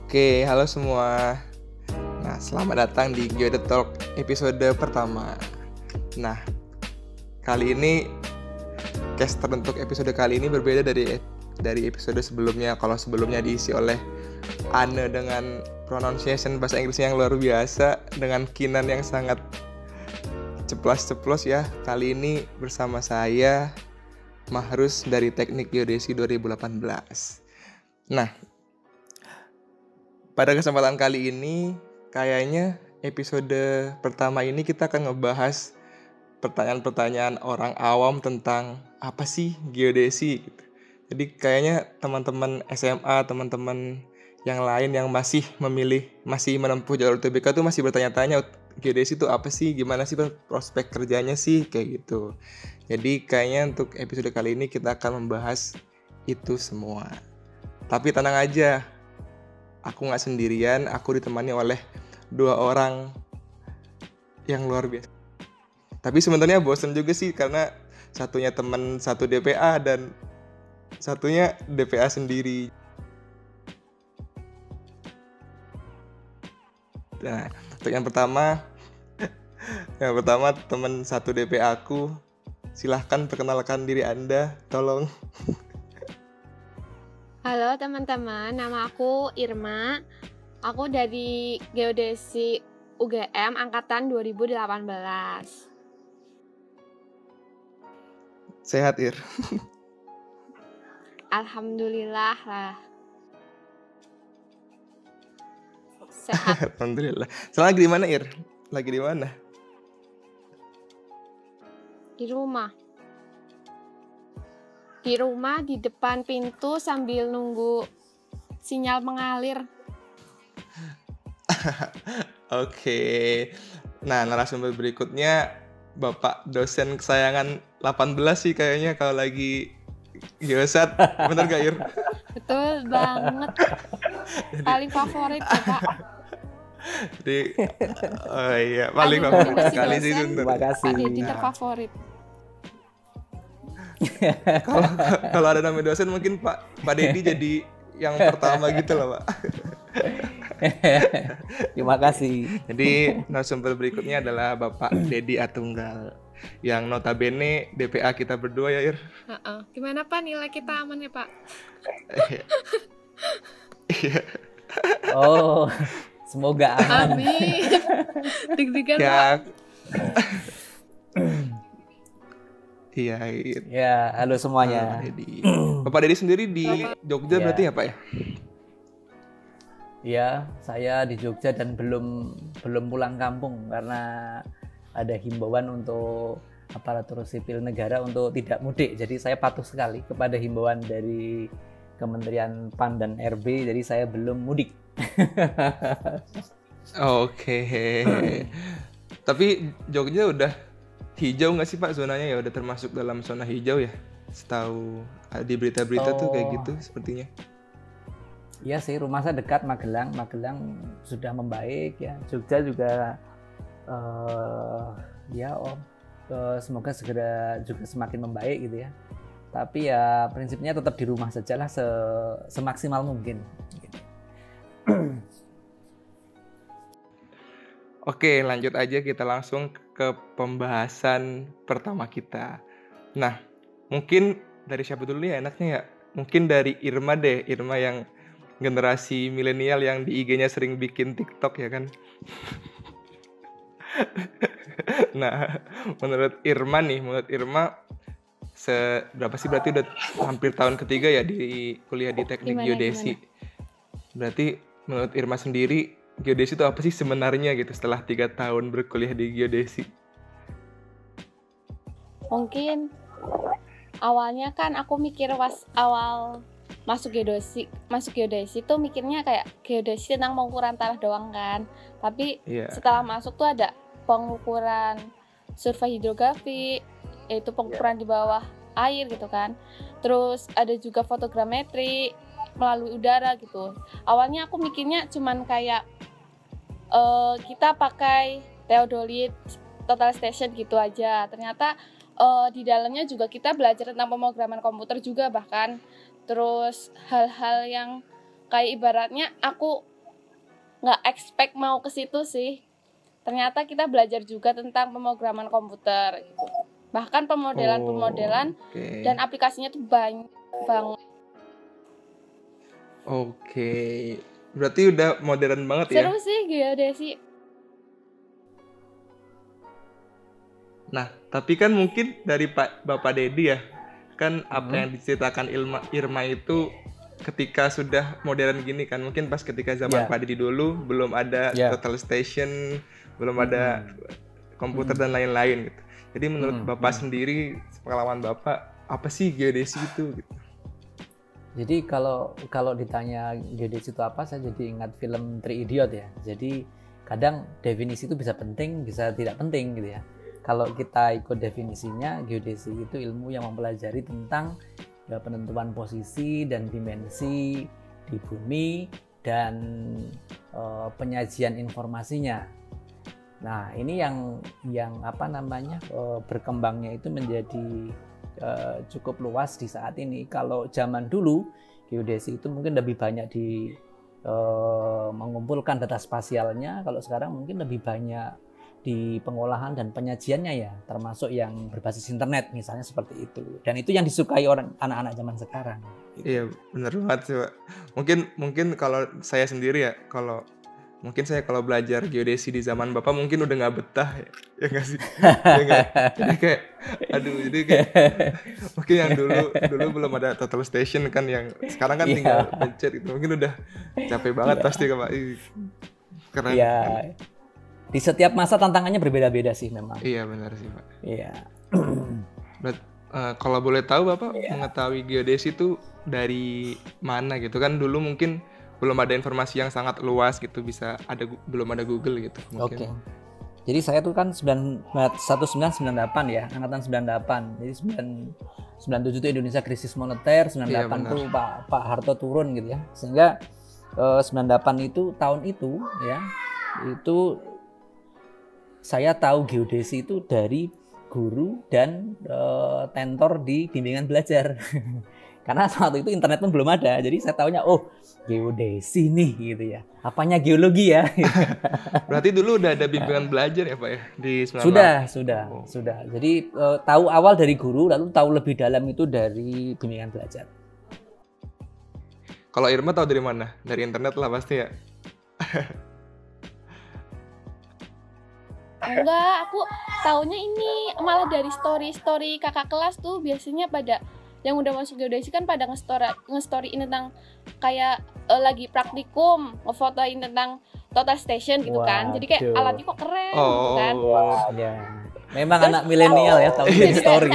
Oke, halo semua. Nah, selamat datang di Geode Talk episode pertama. Nah, kali ini caster untuk episode kali ini berbeda dari episode sebelumnya. Kalau sebelumnya diisi oleh Anne dengan pronunciation bahasa Inggrisnya yang luar biasa, dengan Kinan yang sangat ceplos-ceplos ya. Kali ini bersama saya Mahrus dari Teknik Geodesi 2018. Nah, pada kesempatan kali ini kayaknya episode pertama ini kita akan ngebahas pertanyaan-pertanyaan orang awam tentang apa sih geodesi gitu. Jadi kayaknya teman-teman SMA, teman-teman yang lain yang masih menempuh jalur UTBK tuh masih bertanya-tanya geodesi itu apa sih, gimana sih prospek kerjanya sih, kayak gitu. Jadi kayaknya untuk episode kali ini kita akan membahas itu semua. Tapi tenang aja, aku gak sendirian, aku ditemani oleh 2 orang yang luar biasa. Tapi sebenarnya bosan juga sih, karena satunya teman satu DPA dan satunya DPA sendiri. Nah, untuk yang pertama teman satu DPA aku. Silahkan perkenalkan diri Anda, tolong. Halo teman-teman, nama aku Irma. Aku dari Geodesi UGM angkatan 2018. Sehat, Ir? Alhamdulillah lah. Sehat. Alhamdulillah. Sekarang lagi di mana, Ir? Lagi di mana? Di rumah. Di rumah, di depan pintu sambil nunggu sinyal mengalir. Oke. Nah, narasumber berikutnya Bapak dosen kesayangan 18 sih kayaknya kalau lagi geosat. Bener gak, Ir? Betul banget. Paling favorit ya, Pak. Jadi, oh iya, paling favorit sekali sih itu. Terima kasih. Pak Dedi terfavorit. Kalau ada nama dosen mungkin Pak Dedi jadi yang pertama gitu loh, Pak. Terima kasih. Jadi narasumber berikutnya adalah Bapak Dedi Atunggal yang notabene DPA kita berdua ya, Ir. Gimana Pak, nilai kita aman ya Pak? Iya. Oh, semoga aman. Amin. Deg-degan Ya. Pak. Iya. Ya, halo semuanya. Bapak Dedi sendiri di Jogja berarti ya, Pak ya? Ya, saya di Jogja dan belum pulang kampung karena ada himbauan untuk aparatur sipil negara untuk tidak mudik. Jadi saya patuh sekali kepada himbauan dari Kementerian PAN dan RB. Jadi saya belum mudik. Oke. Tapi Jogja udah hijau nggak sih Pak zonanya, ya udah termasuk dalam zona hijau ya? Setahu di berita-berita tuh kayak gitu sepertinya. Iya sih, rumah saya dekat Magelang sudah membaik ya. Jogja juga semoga segera juga semakin membaik gitu ya. Tapi ya prinsipnya tetap di rumah sajalah semaksimal mungkin. Oke, lanjut aja, kita langsung ke pembahasan pertama kita. Nah, mungkin dari siapa dulu ya enaknya ya? Mungkin dari Irma deh, Irma yang generasi milenial yang di IG-nya sering bikin TikTok ya kan? Nah, menurut Irma berapa sih berarti udah hampir tahun ketiga ya di kuliah di Teknik Geodesi. Berarti menurut Irma sendiri geodesi itu apa sih sebenarnya gitu setelah 3 tahun berkuliah di geodesi? Mungkin awalnya kan aku mikir awal masuk geodesi tuh mikirnya kayak geodesi tentang pengukuran tanah doang kan. Tapi setelah masuk tuh ada pengukuran survei hidrografi, yaitu pengukuran di bawah air gitu kan. Terus ada juga fotogrametri melalui udara gitu. Awalnya aku mikirnya cuman kayak kita pakai theodolit, total station gitu aja. Ternyata di dalamnya juga kita belajar tentang pemrograman komputer juga bahkan. Terus hal-hal yang kayak ibaratnya aku nggak expect mau ke situ sih. Ternyata kita belajar juga tentang pemrograman komputer gitu. Bahkan pemodelan dan aplikasinya tuh banyak banget. Berarti udah modern banget ya. Seru sih geodesi. Nah, tapi kan mungkin dari Bapak Dedi ya, kan apa yang diceritakan Irma itu ketika sudah modern gini kan, mungkin pas ketika zaman Pak Dedi dulu belum ada total station, belum ada komputer dan lain-lain gitu. Jadi menurut Bapak sendiri, pengalaman Bapak, apa sih geodesi itu gitu? Jadi kalau ditanya geodesi itu apa, saya jadi ingat film Three Idiot ya. Jadi kadang definisi itu bisa penting, bisa tidak penting gitu ya. Kalau kita ikut definisinya, geodesi itu ilmu yang mempelajari tentang penentuan posisi dan dimensi di bumi dan penyajian informasinya. Nah, ini yang berkembangnya itu menjadi cukup luas di saat ini. Kalau zaman dulu geodesi itu mungkin lebih banyak mengumpulkan data spasialnya. Kalau sekarang mungkin lebih banyak di pengolahan dan penyajiannya ya, termasuk yang berbasis internet misalnya seperti itu. Dan itu yang disukai anak-anak zaman sekarang. Iya, benar banget sih, Pak. Mungkin kalau saya sendiri ya, kalau belajar geodesi di zaman Bapak mungkin udah nggak betah ya nggak sih? Ya nggak? Jadi kayak mungkin yang dulu belum ada total station kan, yang sekarang kan tinggal pencet itu, mungkin udah capek banget pasti Pak. Keren. Iya. Di setiap masa tantangannya berbeda-beda sih memang. Iya benar sih Pak. Iya. Kalau boleh tahu Bapak mengetahui geodesi itu dari mana gitu kan? Dulu mungkin belum ada informasi yang sangat luas gitu, belum ada Google gitu mungkin. Oke. Jadi saya tuh kan 1998 ya, angkatan 98. Jadi 97 itu Indonesia krisis moneter, 98 tuh Pak Harto turun gitu ya. Sehingga 98 itu tahun itu ya, itu saya tahu geodesi itu dari guru dan tentor di bimbingan belajar. Karena waktu itu internet pun belum ada, jadi saya taunya geodesi nih gitu ya. Apanya geologi ya? Berarti dulu udah ada bimbingan belajar ya Pak ya di 98? Sudah. Jadi tahu awal dari guru, lalu tahu lebih dalam itu dari bimbingan belajar. Kalau Irma tahu dari mana? Dari internet lah pasti ya. Enggak, aku taunya ini malah dari story kakak kelas tuh, biasanya pada yang udah masuk geodesi kan pada nge-storyin tentang kayak lagi praktikum, ngefotoin tentang total station gitu kan. Jadi kayak alatnya kok keren gitu kan. Ya. Memang terus, anak milenial ya tahu dari story.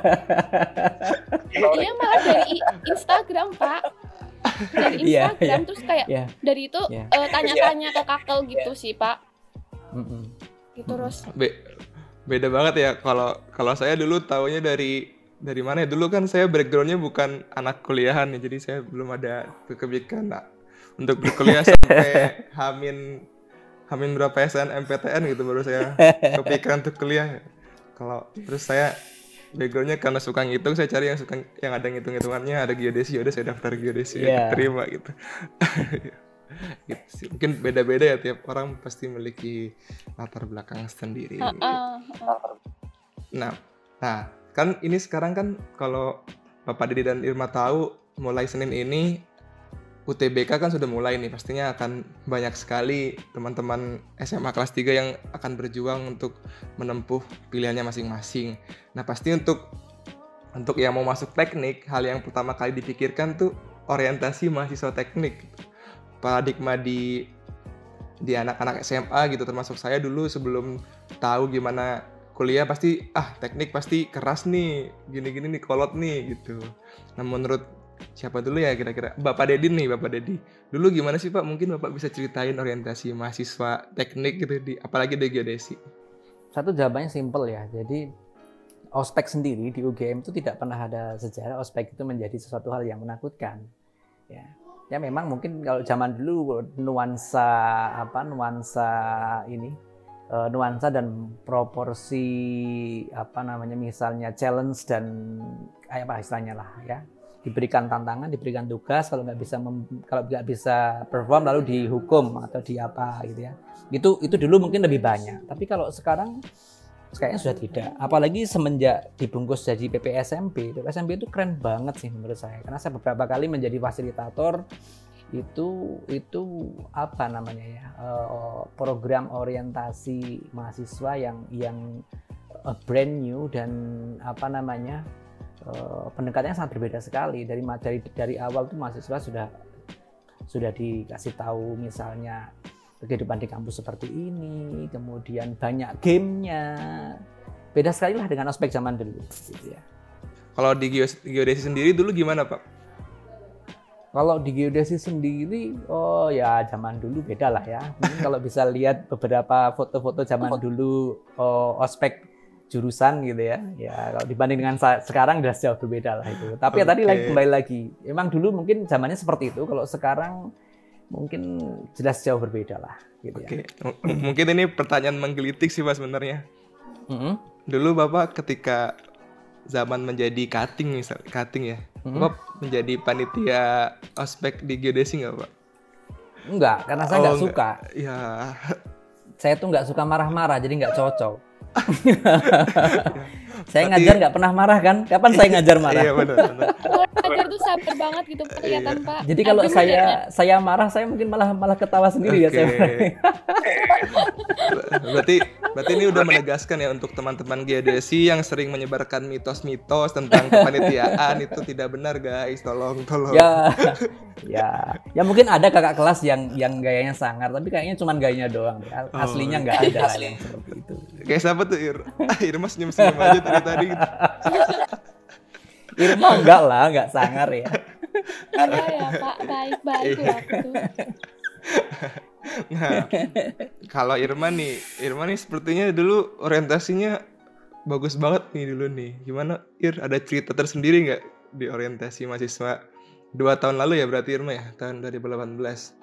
Iya, malah dari Instagram, Pak. Dari Instagram terus kayak dari itu tanya-tanya ke kakel gitu sih, Pak. Gitu terus. Beda banget ya. Kalau saya dulu taunya dari mana ya? Dulu kan saya backgroundnya bukan anak kuliahan ya, jadi saya belum ada kebijakan untuk berkuliah sampai hamin berapa SNMPTN gitu baru saya kepikiran untuk kuliah. Terus saya backgroundnya karena suka ngitung, saya cari yang ada ngitung-ngitungannya, ada geodesi, udah saya daftar geodesi, terima gitu. Gitu sih. Mungkin beda-beda ya, tiap orang pasti memiliki latar belakang sendiri. Nah, kan ini sekarang kan kalau Bapak Dedi dan Irma tahu, mulai Senin ini UTBK kan sudah mulai nih, pastinya akan banyak sekali teman-teman SMA kelas 3 yang akan berjuang untuk menempuh pilihannya masing-masing. Nah, pasti untuk yang mau masuk teknik, hal yang pertama kali dipikirkan tuh orientasi mahasiswa teknik. Paradigma di anak-anak SMA gitu, termasuk saya dulu sebelum tahu gimana kuliah pasti teknik pasti keras nih, gini-gini nih, kolot nih gitu. Nah, menurut siapa dulu ya kira-kira? Bapak Dedi. Dulu gimana sih Pak? Mungkin Bapak bisa ceritain orientasi mahasiswa teknik gitu apalagi di geodesi. Satu jawabannya simple ya. Jadi ospek sendiri di UGM itu tidak pernah ada sejarah ospek itu menjadi sesuatu hal yang menakutkan. Ya memang mungkin kalau zaman dulu nuansa dan proporsi misalnya challenge dan istilahnya lah ya, diberikan tantangan, diberikan tugas, kalau nggak bisa perform lalu dihukum atau diapa gitu ya. Itu dulu mungkin lebih banyak. Tapi kalau sekarang kayaknya sudah tidak. Apalagi semenjak dibungkus jadi PPSMB itu keren banget sih menurut saya. Karena saya beberapa kali menjadi fasilitator itu apa namanya ya, program orientasi mahasiswa yang brand new dan apa namanya, pendekatannya sangat berbeda sekali. Dari awal tuh mahasiswa sudah dikasih tahu misalnya kehidupan di kampus seperti ini, kemudian banyak gamenya, beda sekali lah dengan ospek zaman dulu gitu ya. Kalau di geodesi sendiri dulu gimana Pak? Kalau di geodesi sendiri, oh ya zaman dulu beda lah ya. Mungkin kalau bisa lihat beberapa foto-foto zaman dulu ospek jurusan gitu ya. Ya kalau dibanding dengan sekarang jelas jauh berbeda lah itu. Tapi ya tadi kembali lagi, emang dulu mungkin zamannya seperti itu. Kalau sekarang mungkin jelas jauh berbeda lah gitu ya. Mungkin ini pertanyaan menggelitik sih Mas sebenarnya. Dulu Bapak ketika zaman menjadi cutting ya, Bapak menjadi panitia ospek di geodesi nggak Pak? Enggak, karena saya nggak suka. Ya. Saya tuh nggak suka marah-marah, jadi nggak cocok. Saya ngajar nggak pernah marah kan? Kapan saya ngajar marah? Iya benar. Ngajar tuh sabar banget gitu kelihatan Pak. Jadi kalau saya marah, saya mungkin malah ketawa sendiri ya saya. Berarti ini udah menegaskan ya untuk teman-teman geodesi yang sering menyebarkan mitos-mitos tentang kepanitiaan itu tidak benar guys, tolong. Ya mungkin ada kakak kelas yang gayanya sangar, tapi kayaknya cuma gayanya doang. Aslinya nggak ada yang seperti itu. Kayak siapa tuh Irma senyum-senyum aja tadi gitu. Irma nggak sangar ya. Enggak ya Pak, baik-baik lah tuh. Nah, kalau Irma nih sepertinya dulu orientasinya bagus banget nih dulu nih. Gimana ada cerita tersendiri nggak di orientasi mahasiswa 2 tahun lalu ya berarti Irma ya, tahun 2018?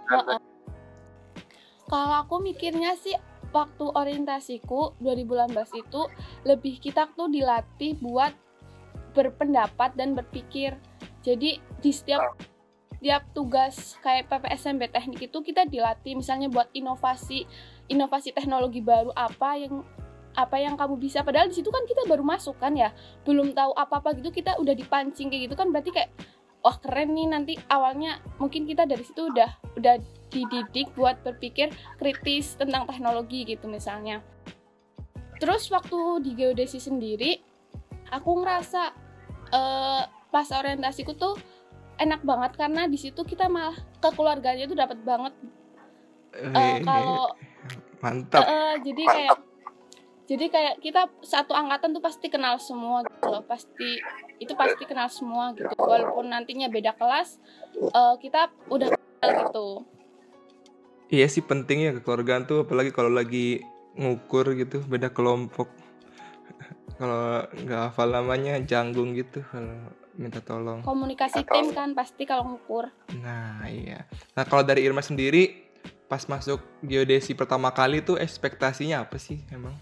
Kalau aku mikirnya sih waktu orientasiku 2018 itu lebih kita tuh dilatih buat berpendapat dan berpikir. Jadi di setiap tugas kayak PPSMB teknik itu kita dilatih misalnya buat inovasi teknologi baru apa yang kamu bisa, padahal di situ kan kita baru masuk kan ya, belum tahu apa-apa gitu, kita udah dipancing kayak gitu kan, berarti kayak wah keren nih, nanti awalnya mungkin kita dari situ udah dididik buat berpikir kritis tentang teknologi gitu misalnya. Terus waktu di geodesi sendiri aku ngerasa pas orientasiku tuh enak banget karena di situ kita malah kekeluarganya tuh dapat banget. Kalau mantap. Jadi kayak kita satu angkatan tuh pasti kenal semua gitu loh, pasti kenal semua gitu, walaupun nantinya beda kelas, kita udah kenal gitu. Iya sih pentingnya kekeluargaan tuh, apalagi kalau lagi ngukur gitu beda kelompok. Kalau nggak hafal namanya janggung gitu kalau minta tolong. Komunikasi tim kan pasti kalau ngukur. Nah iya. Nah kalau dari Irma sendiri pas masuk geodesi pertama kali tuh ekspektasinya apa sih emang?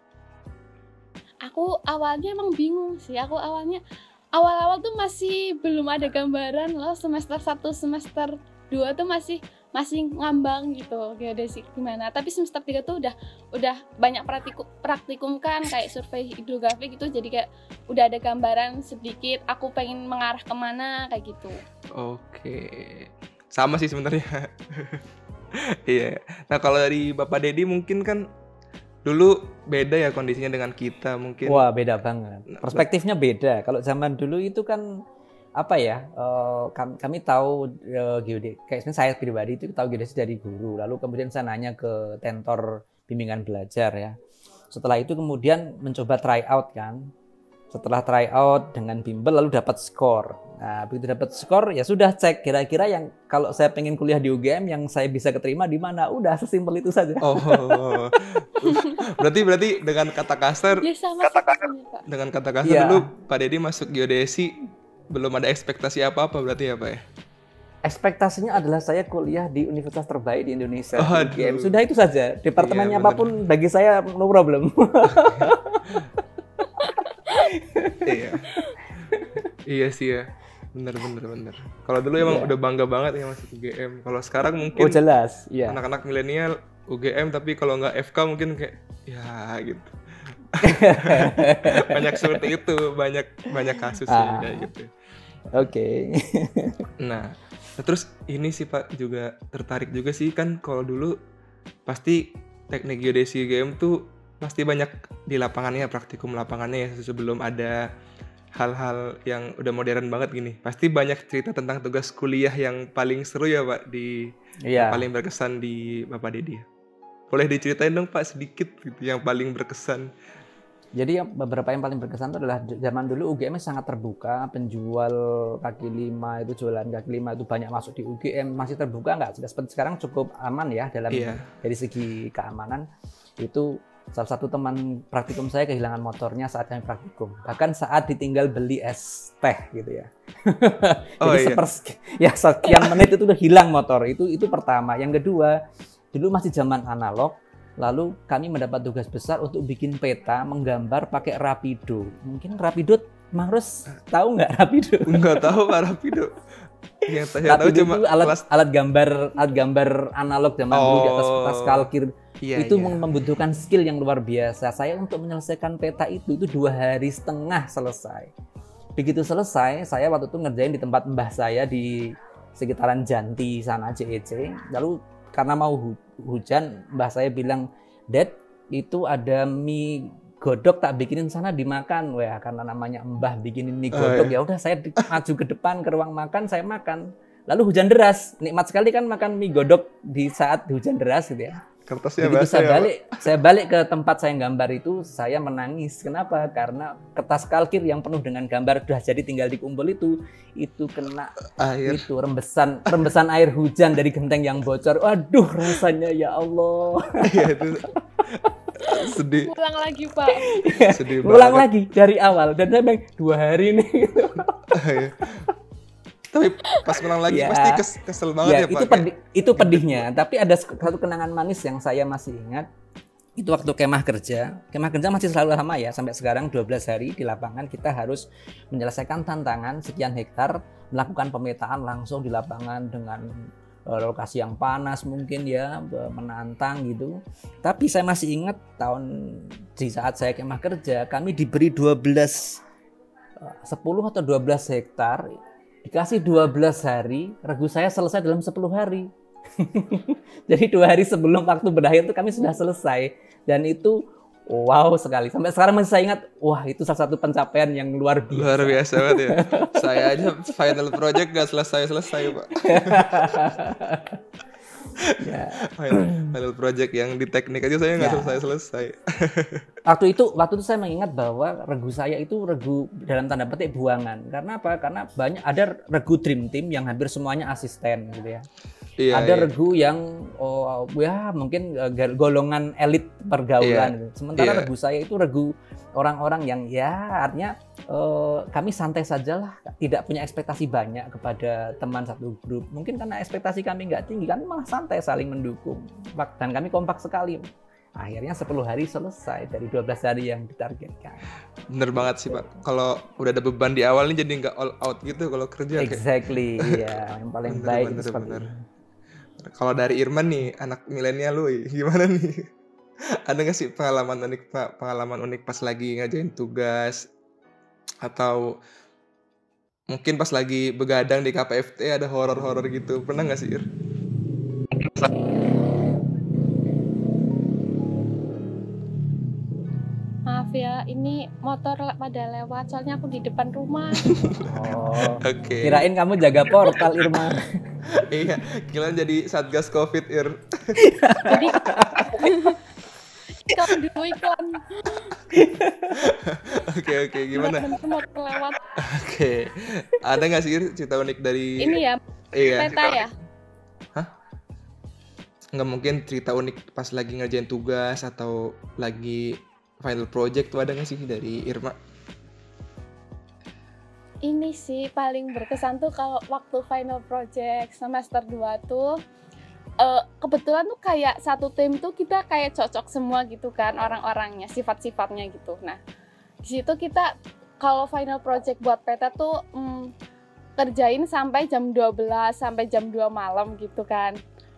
Aku awalnya emang bingung sih. Awal-awal tuh masih belum ada gambaran loh, semester 1, semester 2 tuh masih ngambang gitu geodesi gimana. Tapi semester 3 tuh udah banyak praktikum kan, kayak survei hidrografi gitu, jadi kayak udah ada gambaran sedikit aku pengen mengarah kemana kayak gitu. Oke, sama sih sebenarnya. Iya. Nah kalau dari Bapak Dedi mungkin kan dulu beda ya kondisinya dengan kita mungkin. Wah beda banget, perspektifnya beda. Kalau zaman dulu itu kan apa ya, kami tahu geodesi, kayak saya pribadi itu tahu geodesi dari guru, lalu kemudian saya nanya ke tentor bimbingan belajar ya. Setelah itu kemudian mencoba try out kan. Setelah try out dengan bimbel lalu dapat skor. Nah, begitu dapat skor ya sudah cek kira-kira yang kalau saya pengen kuliah di UGM yang saya bisa keterima di mana. Udah sesimpel itu saja. Oh. berarti dengan kata kasar. Ya, sama Pak. Dengan kata kasar dulu Pak Dedi masuk geodesi belum ada ekspektasi apa-apa berarti ya Pak ya? Ekspektasinya adalah saya kuliah di universitas terbaik di Indonesia. UGM. Sudah itu saja. Departemennya apapun bagi saya no problem. Iya sih ya. Bener. Kalau dulu emang udah bangga banget ya masuk UGM. Kalau sekarang mungkin jelas, iya. Anak-anak milenial UGM tapi kalau nggak FK mungkin kayak ya gitu. Banyak seperti itu, banyak kasus kayak gitu. Oke. Nah, terus ini sih Pak juga tertarik juga sih kan kalau dulu pasti teknik geodesi UGM tuh pasti banyak di lapangannya, praktikum lapangannya ya sebelum ada hal-hal yang udah modern banget gini. Pasti banyak cerita tentang tugas kuliah yang paling seru ya Pak yang paling berkesan di Bapak Dedi. Boleh diceritain dong Pak sedikit gitu yang paling berkesan. Jadi beberapa yang paling berkesan itu adalah zaman dulu UGM sangat terbuka, penjual kaki lima itu jualan kaki lima itu banyak masuk di UGM, masih terbuka nggak? Sudah seperti sekarang cukup aman ya dalam dari segi keamanan. Itu salah satu teman praktikum saya kehilangan motornya saat kami praktikum, bahkan saat ditinggal beli es teh gitu ya. Jadi sekian menit itu udah hilang motor. Itu pertama. Yang kedua, dulu masih zaman analog. Lalu kami mendapat tugas besar untuk bikin peta menggambar pakai Rapido. Mungkin Rapido, Marus tahu nggak Rapido? Nggak tahu Pak Rapido. Yang saya tahu cuma itu alat gambar analog zaman dulu di atas kertas kalkir. Itu membutuhkan skill yang luar biasa. Saya untuk menyelesaikan peta itu 2,5 hari selesai. Begitu selesai, saya waktu itu ngerjain di tempat mbah saya di sekitaran Janti sana JEC. Lalu karena mau hujan, mbah saya bilang, "Dad, itu ada mie godok tak bikinin sana dimakan." Wah, karena namanya mbah bikinin mie godok, ya udah saya maju ke depan ke ruang makan, saya makan. Lalu hujan deras, nikmat sekali kan makan mie godok di saat hujan deras gitu ya. Kertasnya begitu saya balik ke tempat saya gambar itu, saya menangis. Kenapa? Karena kertas kalkir yang penuh dengan gambar udah jadi tinggal dikumpul itu kena air. Itu rembesan air hujan dari genteng yang bocor. Waduh, rasanya ya Allah. Iya itu sedih. Ulang lagi Pak. Sedih ulang lagi dari awal dan saya bilang 2 hari nih. Tapi pas pulang lagi pasti kesel banget ya Pak. Itu pedihnya. Tapi ada satu kenangan manis yang saya masih ingat. Itu waktu kemah kerja. Kemah kerja masih selalu lama ya. Sampai sekarang 12 hari di lapangan kita harus menyelesaikan tantangan sekian hektar. Melakukan pemetaan langsung di lapangan dengan lokasi yang panas mungkin ya. Menantang gitu. Tapi saya masih ingat di saat saya kemah kerja. Kami diberi 10 atau 12 hektar. Dikasih 12 hari, regu saya selesai dalam 10 hari. Jadi 2 hari sebelum waktu berakhir itu kami sudah selesai. Dan itu wow sekali. Sampai sekarang masih saya ingat, wah itu salah satu pencapaian yang luar biasa. Luar biasa banget ya. Saya aja final project gak selesai-selesai Pak. Final project yang di teknik aja saya nggak selesai. Waktu itu saya mengingat bahwa regu saya itu regu dalam tanda petik buangan. Karena apa? Karena banyak ada regu dream team yang hampir semuanya asisten gitu ya. Ada regu yang mungkin golongan elit pergaulan gitu. Sementara regu saya itu regu orang-orang yang artinya kami santai sajalah, tidak punya ekspektasi banyak kepada teman satu grup. Mungkin karena ekspektasi kami nggak tinggi, kami malah santai saling mendukung. Dan kami kompak sekali. Akhirnya 10 hari selesai dari 12 hari yang ditargetkan. Bener banget sih Pak. Kalau udah ada beban di awal nih jadi nggak all out gitu kalau kerja. Exactly, iya. Yang paling baik seperti itu. Kalau dari Irman nih, anak milenial lu, gimana nih? Ada nggak sih pengalaman unik Pak? Pengalaman unik pas lagi ngerjain tugas atau mungkin pas lagi begadang di KPFT ada horor-horor gitu. Pernah nggak sih Ir? Maaf ya, ini motor pada lewat soalnya aku di depan rumah. Oke. Kirain kamu jaga portal Irma. Iya, kirain jadi satgas COVID Ir. Jadi kalau dulu iklan. Oke, gimana? Motor lewat. Oke. Ada nggak sih Ir cerita unik dari ini ya? Peta ya? Hah? Nggak mungkin cerita unik pas lagi ngerjain tugas atau lagi final project tuh ada nggak sih dari Irma? Ini sih paling berkesan tuh kalau waktu final project semester 2 tuh kebetulan tuh kayak satu tim tuh kita kayak cocok semua gitu kan orang-orangnya, sifat-sifatnya gitu. Nah, di situ kita kalau final project buat peta tuh kerjain sampai jam 12 sampai jam 2 malam gitu kan.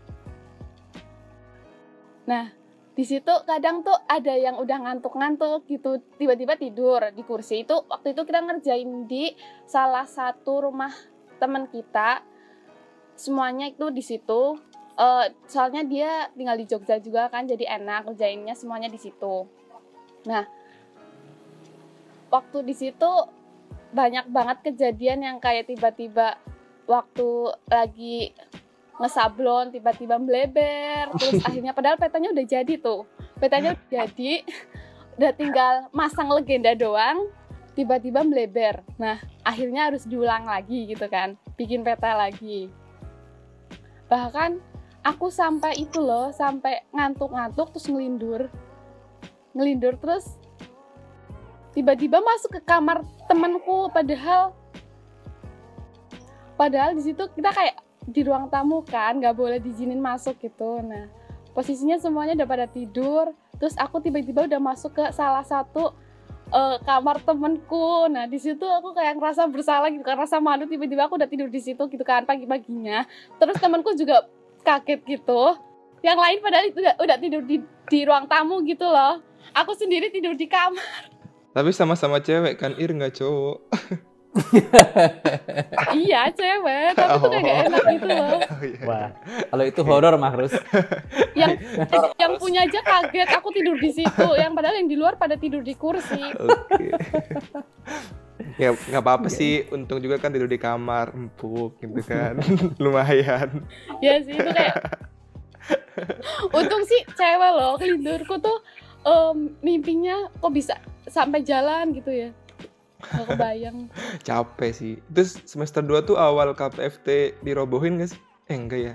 Nah, di situ kadang tuh ada yang udah ngantuk-ngantuk gitu, tiba-tiba tidur di kursi. Itu waktu itu kita ngerjain di salah satu rumah teman kita. Semuanya itu di situ. Soalnya dia tinggal di Jogja juga kan, jadi enak ngerjainnya semuanya di situ. Nah, waktu di situ banyak banget kejadian yang kayak tiba-tiba waktu lagi ngesablon tiba-tiba meleber, terus akhirnya padahal petanya udah jadi tuh. Petanya udah jadi, udah tinggal masang legenda doang, tiba-tiba meleber. Nah, akhirnya harus diulang lagi gitu kan, bikin peta lagi. Bahkan aku sampai itu loh, sampai ngantuk-ngantuk terus ngelindur terus tiba-tiba masuk ke kamar temanku, padahal di situ kita kayak di ruang tamu kan, nggak boleh diizinin masuk gitu. Nah, posisinya semuanya udah pada tidur, terus aku tiba-tiba udah masuk ke salah satu kamar temanku. Nah, di situ aku kayak ngerasa bersalah gitu, karena rasa malu, tiba-tiba aku udah tidur di situ gitu kan pagi-paginya. Terus temanku juga kaget gitu. Yang lain padahal itu udah tidur di ruang tamu gitu loh. Aku sendiri tidur di kamar. Tapi sama-sama cewek kan, Ir nggak cowok. Iya cewek, tapi tuh kayak gak enak gitu loh. Wah, kalau itu horor mah Rus. Yang punya aja kaget, aku tidur di situ. Yang padahal yang di luar pada tidur di kursi. Oke. Ya nggak apa-apa sih, untung juga kan tidur di kamar empuk gitu kan. Lumayan. Ya sih, itu kayak untung sih cewek loh, kelindurku tuh mimpinya kok bisa sampai jalan gitu ya. Gak kebayang. Capek sih. Terus semester 2 tuh awal KPFT dirobohin gak sih? Enggak ya?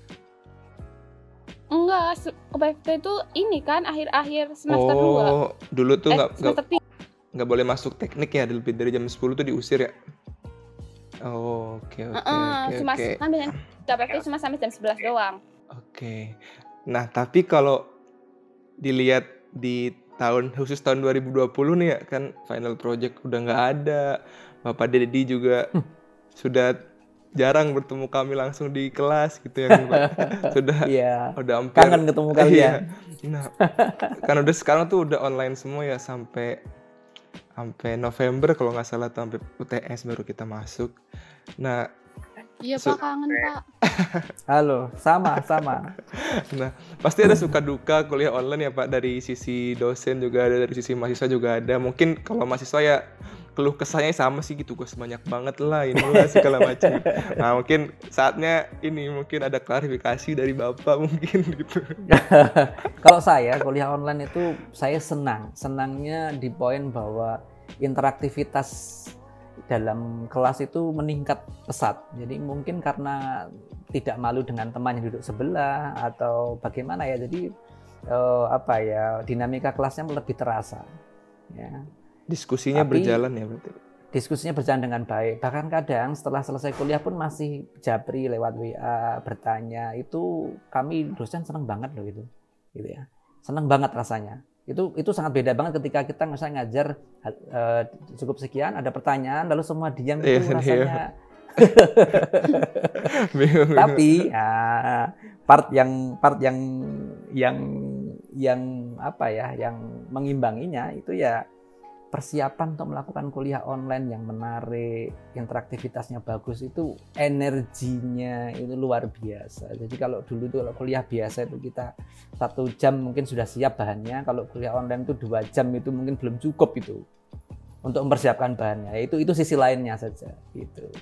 Enggak, KPFT itu ini kan akhir-akhir semester 2. Oh, dulu tuh nggak boleh masuk teknik ya, lebih dari jam 10 tuh diusir ya? Oh, oke. Kan biasanya KPFT cuma sampai jam 11 doang. Oke. Nah, tapi kalau dilihat di khusus tahun 2020 nih ya, kan final project udah nggak ada. Bapak Dedi juga sudah jarang bertemu kami langsung di kelas gitu ya, Pak. Sudah udah hampir kangen ketemu kalian. Nah, kan udah sekarang tuh udah online semua ya, sampai November kalau nggak salah, tuh sampai UTS baru kita masuk. Nah, iya Pak, kangen Pak. Halo, sama. Nah, pasti ada suka duka kuliah online ya Pak, dari sisi dosen juga ada, dari sisi mahasiswa juga ada. Mungkin kalau mahasiswa ya keluh kesahnya sama sih gitu, gue sebanyak banget lah inilah segala macam. Nah, mungkin saatnya ini mungkin ada klarifikasi dari Bapak mungkin gitu. Kalau saya kuliah online itu saya senangnya di poin bahwa interaktivitas dalam kelas itu meningkat pesat. Jadi mungkin karena tidak malu dengan teman yang duduk sebelah atau bagaimana ya. Jadi dinamika kelasnya lebih terasa. Ya. Diskusinya berjalan ya berarti. Diskusinya berjalan dengan baik. Bahkan kadang setelah selesai kuliah pun masih japri lewat WA, bertanya. Itu kami dosen senang banget loh itu. Gitu ya. Senang banget rasanya. Itu sangat beda banget ketika kita misalnya ngajar cukup sekian, ada pertanyaan lalu semua diam, itu rasanya tapi part yang yang mengimbanginya itu ya persiapan untuk melakukan kuliah online yang menarik, interaktivitasnya bagus, itu energinya itu luar biasa. Jadi kalau dulu tuh kalau kuliah biasa itu kita 1 jam mungkin sudah siap bahannya, kalau kuliah online itu 2 jam itu mungkin belum cukup itu untuk mempersiapkan bahannya. Itu sisi lainnya saja gitu.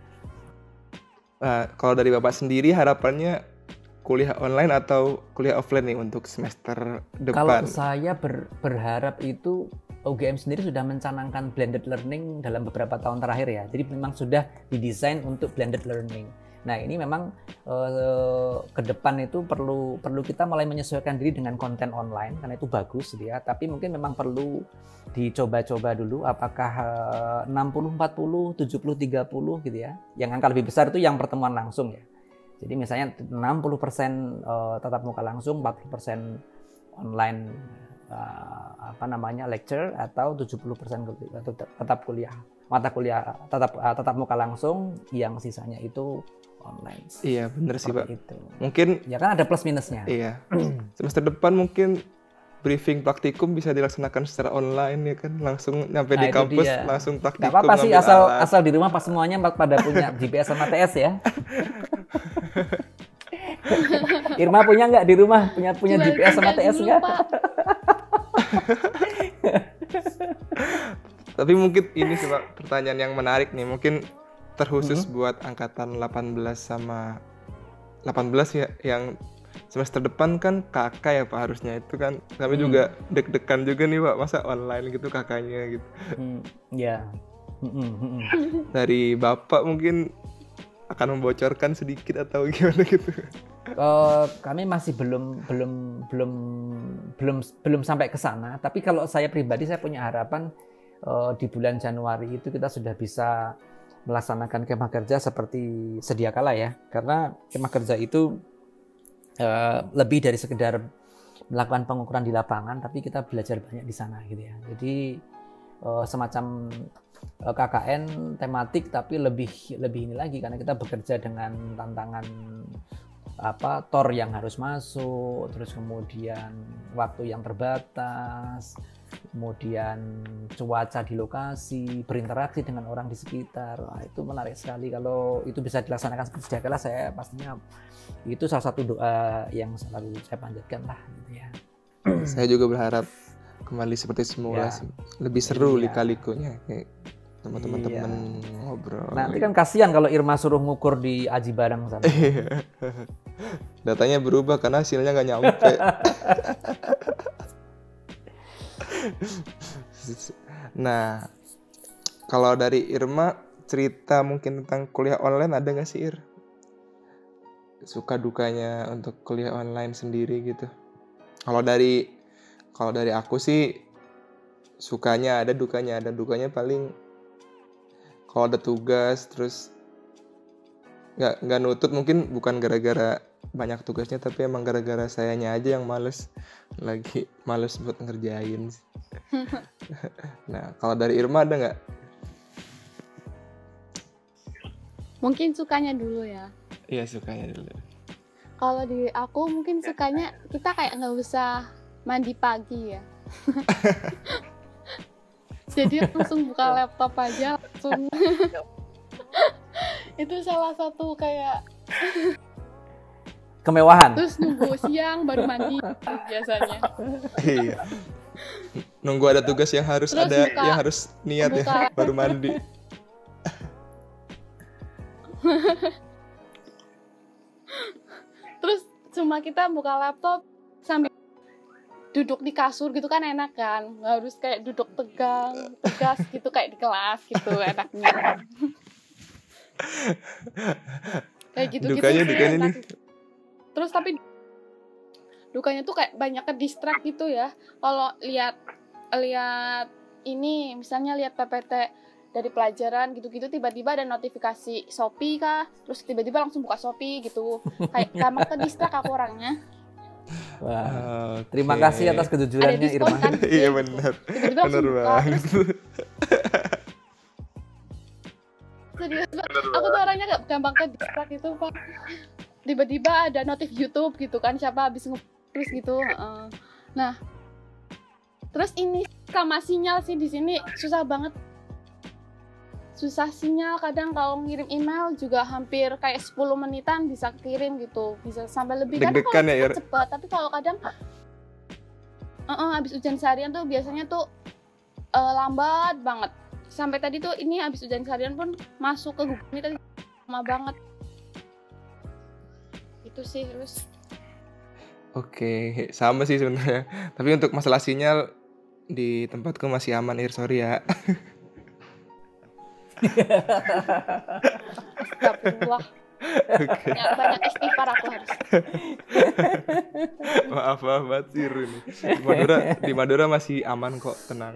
Nah, kalau dari Bapak sendiri harapannya kuliah online atau kuliah offline nih untuk semester depan? Kalau saya berharap itu UGM sendiri sudah mencanangkan blended learning dalam beberapa tahun terakhir ya. Jadi memang sudah didesain untuk blended learning. Nah, ini memang ke depan itu perlu kita mulai menyesuaikan diri dengan konten online karena itu bagus ya. Tapi mungkin memang perlu dicoba-coba dulu apakah 60-40, 70-30 gitu ya. Yang angka lebih besar itu yang pertemuan langsung ya. Jadi misalnya 60% tatap muka langsung, 40% online lecture atau 70% tetap kuliah, mata kuliah tatap muka langsung, yang sisanya itu online. Iya, benar sih, Pak. Itu. Mungkin ya kan ada plus minusnya. Iya. Semester depan mungkin briefing praktikum bisa dilaksanakan secara online ya kan, langsung nyampe di kampus langsung praktikum. Gak apa-apa sih, asal di rumah pas semuanya pada punya GPS sama TS ya. Irma punya nggak di rumah punya GPS sama TS nggak? Tapi mungkin ini sih Pak, pertanyaan yang menarik nih, mungkin terkhusus buat angkatan 18 sama 18 ya, yang semester depan kan kakak ya Pak, harusnya itu kan kami juga deg-degan juga nih Pak, masa online gitu kakaknya gitu. Ya. Dari Bapak mungkin akan membocorkan sedikit atau gimana gitu? Kami masih belum sampai ke sana. Tapi kalau saya pribadi, saya punya harapan di bulan Januari itu kita sudah bisa melaksanakan kemah kerja seperti sedia kala ya. Karena kemah kerja itu lebih dari sekedar melakukan pengukuran di lapangan, tapi kita belajar banyak di sana gitu ya. Jadi semacam KKN tematik, tapi lebih ini lagi, karena kita bekerja dengan tantangan TOR yang harus masuk, terus kemudian waktu yang terbatas, kemudian cuaca di lokasi, berinteraksi dengan orang di sekitar. Nah, itu menarik sekali. Kalau itu bisa dilaksanakan seperti sedia kala, saya pastinya itu salah satu doa yang selalu saya panjatkan lah gitu ya. Saya juga berharap kembali seperti semula sih. Lebih seru lika-likunya kayak sama teman-teman ngobrol. Nanti kan kasihan kalau Irma suruh ngukur di Aji Barang sana. Datanya berubah karena hasilnya nggak nyampe. Nah, kalau dari Irma, cerita mungkin tentang kuliah online ada nggak sih Ir? Suka dukanya untuk kuliah online sendiri gitu. Kalau dari aku sih sukanya ada, dukanya ada. Dukanya paling kalau ada tugas terus nggak nutut, mungkin bukan gara-gara banyak tugasnya, tapi emang gara-gara sayanya aja yang males buat ngerjain. Nah, kalau dari Irma ada nggak? Mungkin sukanya dulu ya. Iya, sukanya dulu. Kalau di aku mungkin sukanya kita kayak nggak usah mandi pagi ya. Jadi langsung buka laptop aja langsung. Itu salah satu kayak kemewahan. Terus nunggu siang baru mandi biasanya. Iya. Nunggu ada tugas yang harus terus ada yang harus niat ya baru mandi. Terus cuma kita buka laptop sambil duduk di kasur gitu kan enak kan, nggak harus kayak duduk tegas gitu kayak di kelas gitu enaknya. Kayak gitu-gitu dukanya nih. Terus tapi dukanya tuh kayak banyak ke distract gitu ya. Kalau lihat ini misalnya lihat PPT dari pelajaran gitu-gitu, tiba-tiba ada notifikasi Shopee kah, terus tiba-tiba langsung buka Shopee gitu. Kayak gampang ke distract aku orangnya. Wah, terima kasih atas kejujurannya Irma. Kan, iya benar. Benar banget. Serius, aku tuh orangnya gak gampang ke distract itu Pak. Tiba-tiba ada notif YouTube gitu kan, siapa habis nge-terus gitu. Nah, terus ini sama sinyal sih di sini susah banget. Susah sinyal, kadang kalau ngirim email juga hampir kayak 10 menitan bisa kirim gitu, bisa sampai lebih. Deg-degan ya, cepat, tapi kalau kadang habis ujian seharian tuh biasanya tuh lambat banget. Sampai tadi tuh ini habis ujian seharian pun masuk ke Google Meet tadi lama banget. Itu sih terus. Oke, sama sih sebenarnya. Tapi untuk masalah sinyal di tempatku masih aman, sorry ya. Astagfirullah. Okay. Banyak istighfar aku harus. Maaf banget sih ini. Di Madura masih aman kok, tenang.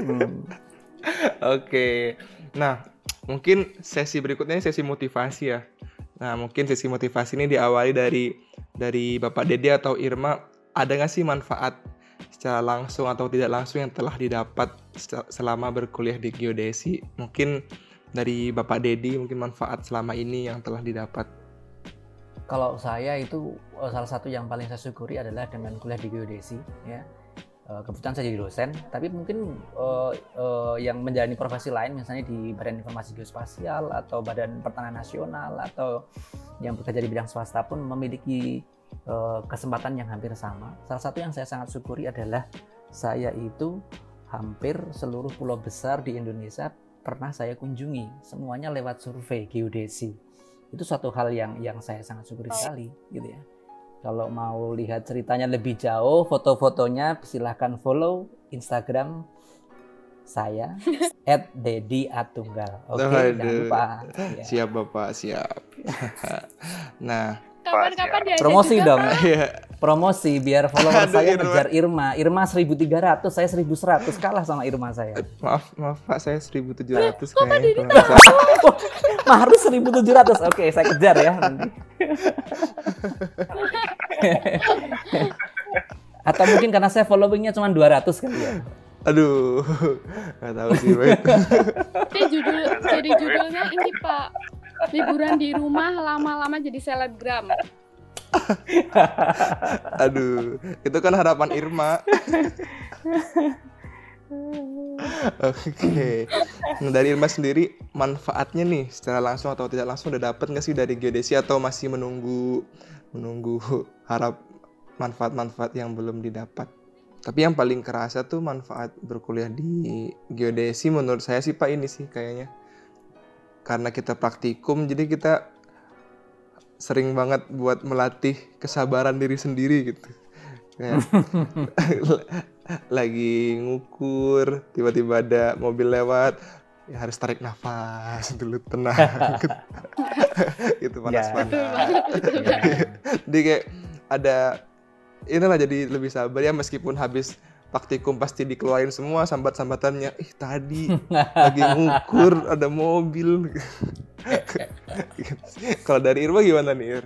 Oke. Nah, mungkin sesi berikutnya sesi motivasi ya. Nah, mungkin sesi motivasi ini diawali dari Bapak Dede atau Irma. Ada nggak sih manfaat secara langsung atau tidak langsung yang telah didapat selama berkuliah di geodesi? Mungkin dari Bapak Dedi, mungkin manfaat selama ini yang telah didapat. Kalau saya itu salah satu yang paling saya syukuri adalah dengan kuliah di geodesi, ya. Kebetulan saya jadi dosen, tapi mungkin yang menjalani profesi lain, misalnya di Badan Informasi Geospasial atau Badan Pertanahan Nasional atau yang bekerja di bidang swasta pun memiliki kesempatan yang hampir sama. Salah satu yang saya sangat syukuri adalah saya itu hampir seluruh pulau besar di Indonesia pernah saya kunjungi, semuanya lewat survei geodesi. Itu suatu hal yang saya sangat syukuri sekali, gitu ya. Kalau mau lihat ceritanya lebih jauh, foto-fotonya silahkan follow Instagram saya @dedi_atunggal. Oke, jangan lupa. Ya. Siap Bapak, siap. Nah, kapan-kapan diajak promosi juga, dong. Promosi biar follower saya Irma. ngejar Irma. Irma 1.300, saya 1.100, kalah sama Irma saya. Maaf Pak, saya 1.700 kayaknya. Harus 1.700. Oke, saya kejar ya nanti. Atau mungkin karena saya followingnya cuma 200 kali ya. Aduh, nggak tahu sih Pak. Jadi judulnya ini Pak, liburan di rumah lama-lama jadi selebgram. Aduh, itu kan harapan Irma. Oke. Nah, dari Irma sendiri manfaatnya nih secara langsung atau tidak langsung udah dapat nggak sih dari geodesi atau masih menunggu harap manfaat-manfaat yang belum didapat? Tapi yang paling kerasa tuh manfaat berkuliah di geodesi menurut saya sih Pak ini sih kayaknya. Karena kita praktikum jadi kita sering banget buat melatih kesabaran diri sendiri gitu. Kayak lagi ngukur, tiba-tiba ada mobil lewat, ya harus tarik nafas dulu, tenang. Gitu panas-panas. Jadi kayak ada inilah jadi lebih sabar ya, meskipun habis praktikum pasti dikeluarin semua sambat-sambatannya. Tadi lagi ngukur ada mobil. Kalau dari Irma gimana nih, Ir?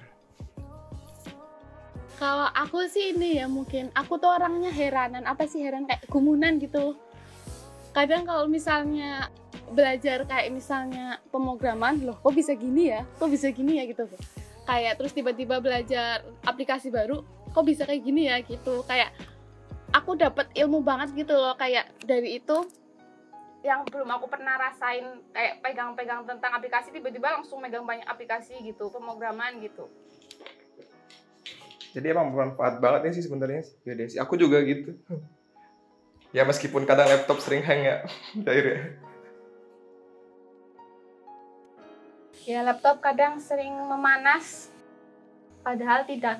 Kalau aku sih ini ya, mungkin aku tuh orangnya heran kayak gumunan gitu. Kadang kalau misalnya belajar kayak misalnya pemrograman, loh kok bisa gini ya gitu. Kayak terus tiba-tiba belajar aplikasi baru, kok bisa kayak gini ya gitu. Kayak aku dapat ilmu banget gitu loh, kayak dari itu yang belum aku pernah rasain, kayak pegang-pegang tentang aplikasi, tiba-tiba langsung megang banyak aplikasi gitu, pemrograman gitu. Jadi emang bermanfaat banget nih sih sebenarnya geodesi. Aku juga gitu. Ya meskipun kadang laptop sering hang ya, Jair ya. Ya laptop kadang sering memanas, padahal tidak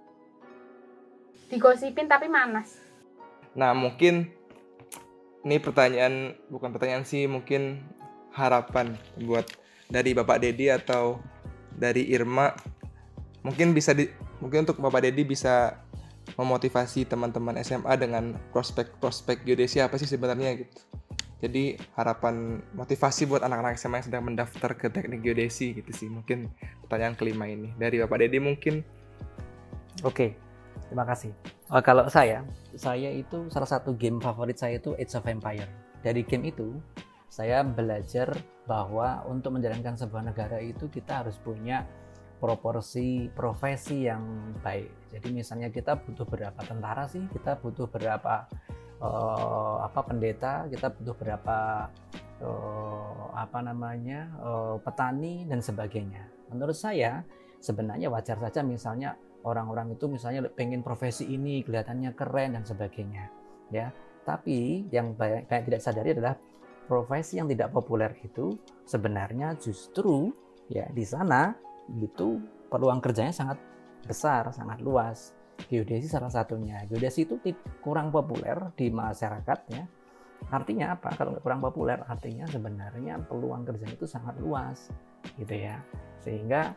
digosipin tapi manas. Nah mungkin ini bukan pertanyaan sih, mungkin harapan buat dari Bapak Dedi atau dari Irma. Mungkin untuk Bapak Dedi bisa memotivasi teman-teman SMA dengan prospek geodesi apa sih sebenarnya gitu. Jadi harapan motivasi buat anak-anak SMA yang sedang mendaftar ke teknik geodesi gitu sih. Mungkin pertanyaan kelima ini dari Bapak Dedi mungkin. Oke, terima kasih. Kalau saya itu salah satu game favorit saya itu Age of Empire. Dari game itu saya belajar bahwa untuk menjalankan sebuah negara itu kita harus punya proporsi profesi yang baik. Jadi misalnya kita butuh berapa tentara sih, kita butuh berapa pendeta, kita butuh berapa petani dan sebagainya. Menurut saya sebenarnya wajar saja misalnya orang-orang itu misalnya pengen profesi ini kelihatannya keren dan sebagainya, ya. Tapi yang banyak tidak sadari adalah profesi yang tidak populer itu sebenarnya justru ya di sana itu peluang kerjanya sangat besar, sangat luas. Geodesi salah satunya. Geodesi itu kurang populer di masyarakat ya. Artinya apa? Kalau kurang populer artinya sebenarnya peluang kerjanya itu sangat luas gitu ya. Sehingga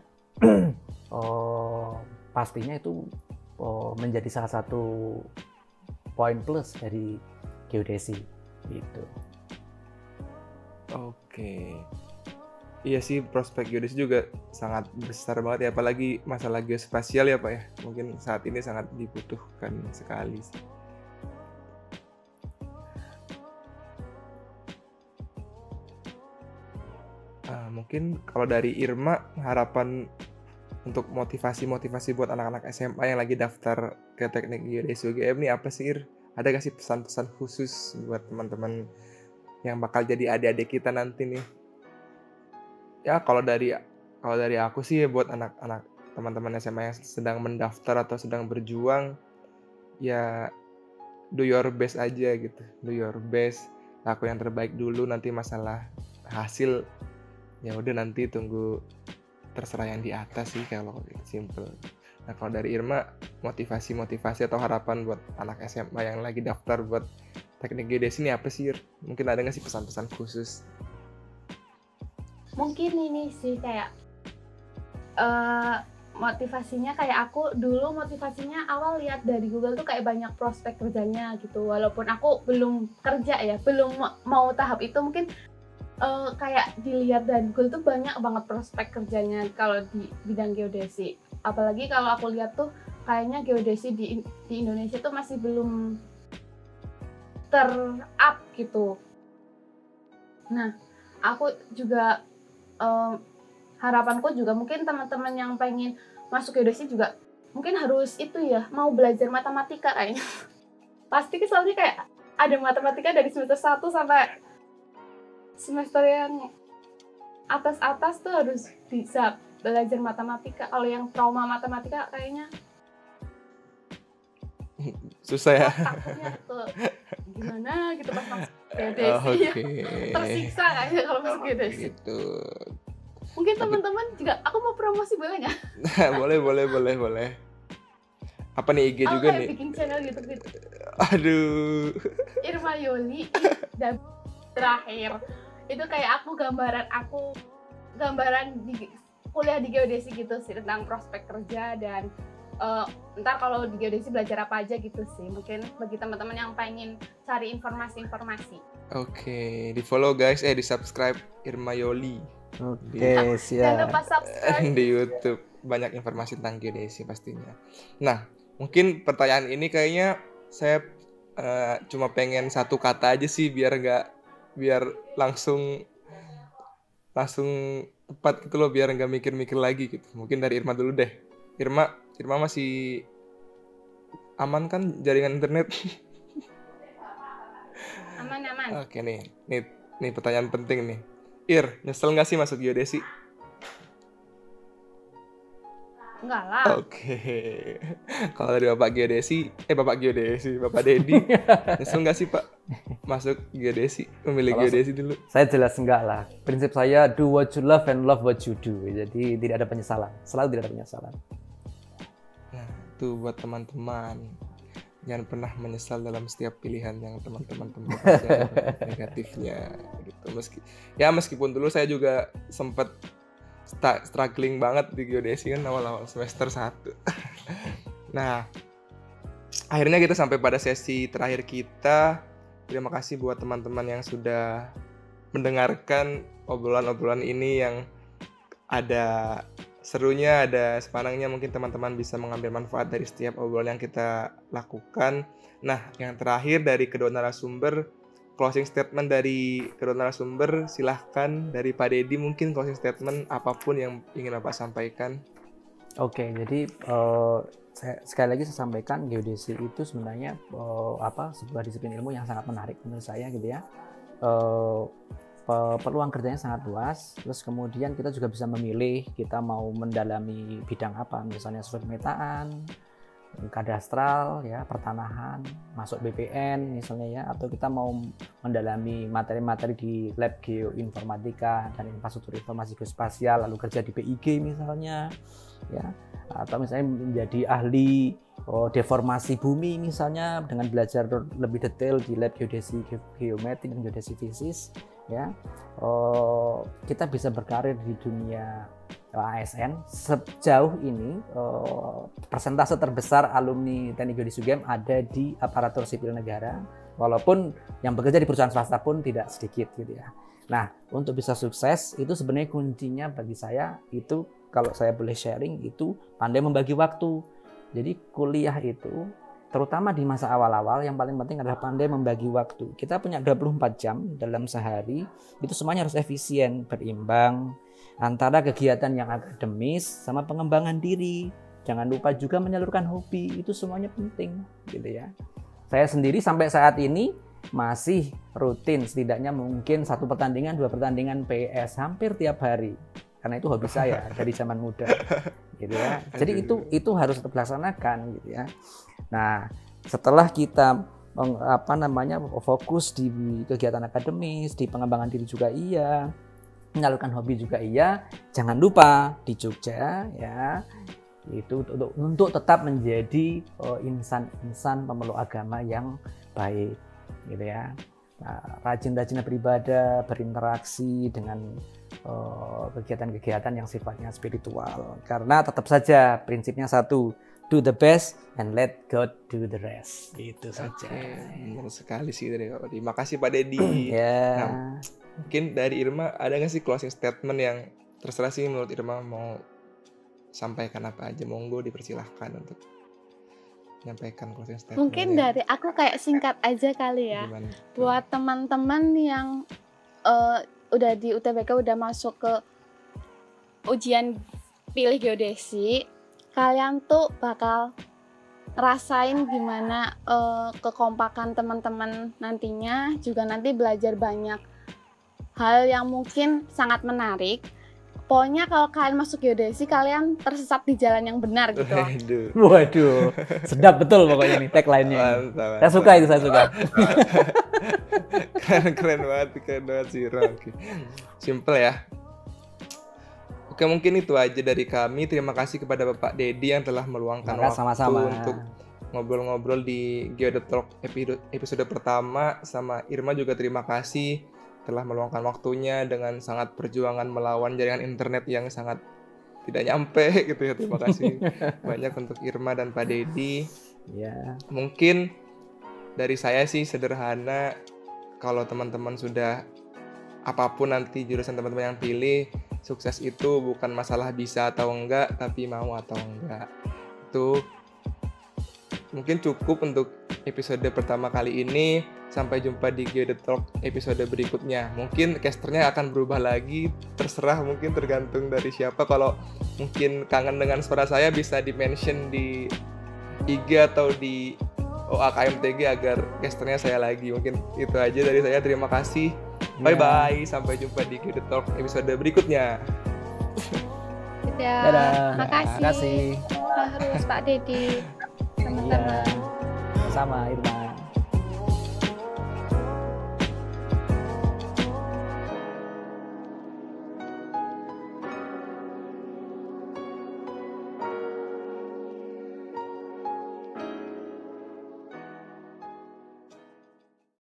pastinya itu menjadi salah satu poin plus dari geodesi gitu. Oke. Iya sih, prospek geodesi juga sangat besar banget ya, apalagi masalah geospasial ya Pak ya. Mungkin saat ini sangat dibutuhkan sekali sih. mungkin kalau dari Irma, harapan untuk motivasi buat anak-anak SMA yang lagi daftar ke teknik geodesi UGM nih apa sih, Ir? Ada gak sih pesan-pesan khusus buat teman-teman yang bakal jadi adik-adik kita nanti nih? Ya kalau dari aku sih buat anak-anak teman-teman SMA yang sedang mendaftar atau sedang berjuang, ya do your best aja gitu. Do your best, laku yang terbaik dulu, nanti masalah hasil ya udah nanti tunggu terserah yang di atas sih, kalau simple. Nah kalau dari Irma, motivasi atau harapan buat anak SMA yang lagi daftar buat teknik geodesi ini apa sih, Ir? Mungkin ada nggak sih pesan-pesan khusus? Mungkin ini sih kayak motivasinya kayak aku dulu, motivasinya awal lihat dari Google tuh kayak banyak prospek kerjanya gitu. Walaupun aku belum kerja ya, belum mau tahap itu, mungkin kayak dilihat dari Google tuh banyak banget prospek kerjanya kalau di bidang geodesi. Apalagi kalau aku lihat tuh kayaknya geodesi di Indonesia tuh masih belum ter-up gitu. Nah, aku juga harapanku juga mungkin teman-teman yang pengen masuk geodesi juga mungkin harus itu ya, mau belajar matematika kayaknya. Pasti soalnya kayak ada matematika dari semester 1 sampai semester yang atas-atas tuh harus bisa belajar matematika. Kalau yang trauma matematika kayaknya susah ya. Takutnya tuh gimana gitu pas masuk geodesi. Tersiksa kayaknya kalau masuk geodesi. Gitu. Mungkin teman-teman juga, aku mau promosi boleh nggak? boleh. Apa nih IG juga nih? Bikin channel YouTube gitu. Aduh. Irma Yoli dan terakhir itu kayak gambaran di kuliah di geodesi gitu sih, tentang prospek kerja dan ntar kalau di geodesi belajar apa aja gitu sih. Mungkin bagi teman-teman yang pengen cari informasi. Oke, di follow guys, di subscribe Irma Yoli. Oke, siap. Jangan lupa subscribe di YouTube, banyak informasi tentang geodesi pastinya. Nah, mungkin pertanyaan ini kayaknya saya cuma pengen satu kata aja sih, biar langsung tepat gitu loh, biar nggak mikir-mikir lagi gitu. Mungkin dari Irma dulu deh. Irma masih aman kan jaringan internet? Aman. Oke nih pertanyaan penting nih. Ir, nyesel nggak sih masuk geodesi? Enggak lah. Oke. Kalau dari Bapak Dedi, nyesel nggak sih Pak masuk geodesi, memilih geodesi dulu? Saya jelas enggak lah. Prinsip saya do what you love and love what you do. Jadi tidak ada penyesalan. Selalu tidak ada penyesalan. Nah, itu buat teman-teman. Jangan pernah menyesal dalam setiap pilihan yang teman-teman tempuh negatifnya gitu. Meskipun dulu saya juga sempat struggling banget di geodesi kan awal-awal semester 1. Nah, akhirnya kita sampai pada sesi terakhir kita. Terima kasih buat teman-teman yang sudah mendengarkan obrolan-obrolan ini yang ada serunya, ada sepanangnya. Mungkin teman-teman bisa mengambil manfaat dari setiap obrolan yang kita lakukan. Nah, yang terakhir dari kedua narasumber, closing statement dari kedua narasumber, silahkan dari Pak Dedi, mungkin closing statement apapun yang ingin Bapak sampaikan. Oke, jadi sekali lagi saya sampaikan geodesi itu sebenarnya sebuah disiplin ilmu yang sangat menarik menurut saya gitu ya. Peluang kerjanya sangat luas. Terus kemudian kita juga bisa memilih kita mau mendalami bidang apa, misalnya sesuai pemetaan, kadastral ya, pertanahan, masuk BPN misalnya ya, atau kita mau mendalami materi-materi di lab geoinformatika dan infrastruktur informasi geospasial lalu kerja di PIG misalnya ya, atau misalnya menjadi ahli deformasi bumi misalnya dengan belajar lebih detail di lab geodesi geometrik dan geodesi fisis ya. Kita bisa berkarir di dunia ASN. Sejauh ini persentase terbesar alumni Teknik Geodesi UGM ada di aparatur sipil negara, walaupun yang bekerja di perusahaan swasta pun tidak sedikit gitu ya. Nah, untuk bisa sukses itu sebenarnya kuncinya bagi saya itu, kalau saya boleh sharing, itu pandai membagi waktu. Jadi kuliah itu terutama di masa awal-awal yang paling penting adalah pandai membagi waktu. Kita punya 24 jam dalam sehari, itu semuanya harus efisien, berimbang antara kegiatan yang akademis sama pengembangan diri. Jangan lupa juga menyalurkan hobi, itu semuanya penting gitu ya. Saya sendiri sampai saat ini masih rutin setidaknya mungkin 1 pertandingan, 2 pertandingan PS hampir tiap hari. Karena itu hobi saya dari zaman muda, gitu ya. Jadi itu harus tetap dilaksanakan, gitu ya. Nah, setelah kita fokus di kegiatan akademis, di pengembangan diri juga iya, menyalurkan hobi juga iya, jangan lupa di Jogja ya, itu untuk tetap menjadi insan pemeluk agama yang baik, gitu ya. Nah, rajin-rajin beribadah, berinteraksi dengan kegiatan-kegiatan yang sifatnya spiritual. Karena tetap saja prinsipnya satu, do the best and let God do the rest. Itu saja. Benar sekali sih dari Pak Dedi. Makasih Pak Dedi. Nah, mungkin dari Irma ada nggak sih closing statement yang terserah sih menurut Irma mau sampaikan apa aja, monggo dipersilahkan untuk menyampaikan closing statement. Mungkin dari aku kayak singkat aja kali ya. Gimana? Buat teman-teman yang udah di UTBK udah masuk ke ujian pilih geodesi, kalian tuh bakal rasain gimana kekompakan teman-teman nantinya, juga nanti belajar banyak hal yang mungkin sangat menarik. Pokoknya kalau kalian masuk geodesi, kalian tersesat di jalan yang benar gitu. Waduh, sedap betul pokoknya nih tagline-nya. Saya suka itu, saya suka. keren banget sih, Oke. Simple ya. Oke, mungkin itu aja dari kami. Terima kasih kepada Bapak Dedi yang telah meluangkan waktu sama-sama untuk ngobrol-ngobrol di Geode Talk episode pertama. Sama Irma juga terima kasih telah meluangkan waktunya dengan sangat perjuangan melawan jaringan internet yang sangat tidak nyampe gitu ya. Terima kasih banyak untuk Irma dan Pak Dedi. Ya. Mungkin dari saya sih sederhana, kalau teman-teman sudah apapun nanti jurusan teman-teman yang pilih, sukses itu bukan masalah bisa atau enggak, tapi mau atau enggak. Itu mungkin cukup untuk episode pertama kali ini. Sampai jumpa di Geode Talk episode berikutnya. Mungkin casternya akan berubah lagi, terserah, mungkin tergantung dari siapa. Kalau mungkin kangen dengan suara saya, bisa di-mention di IG atau di OAKMTG agar casternya saya lagi. Mungkin itu aja dari saya. Terima kasih. Bye-bye. Sampai jumpa di Geode Talk episode berikutnya. Dadah. Makasih. Harus Pak Dedi, teman-teman. Sama Irma.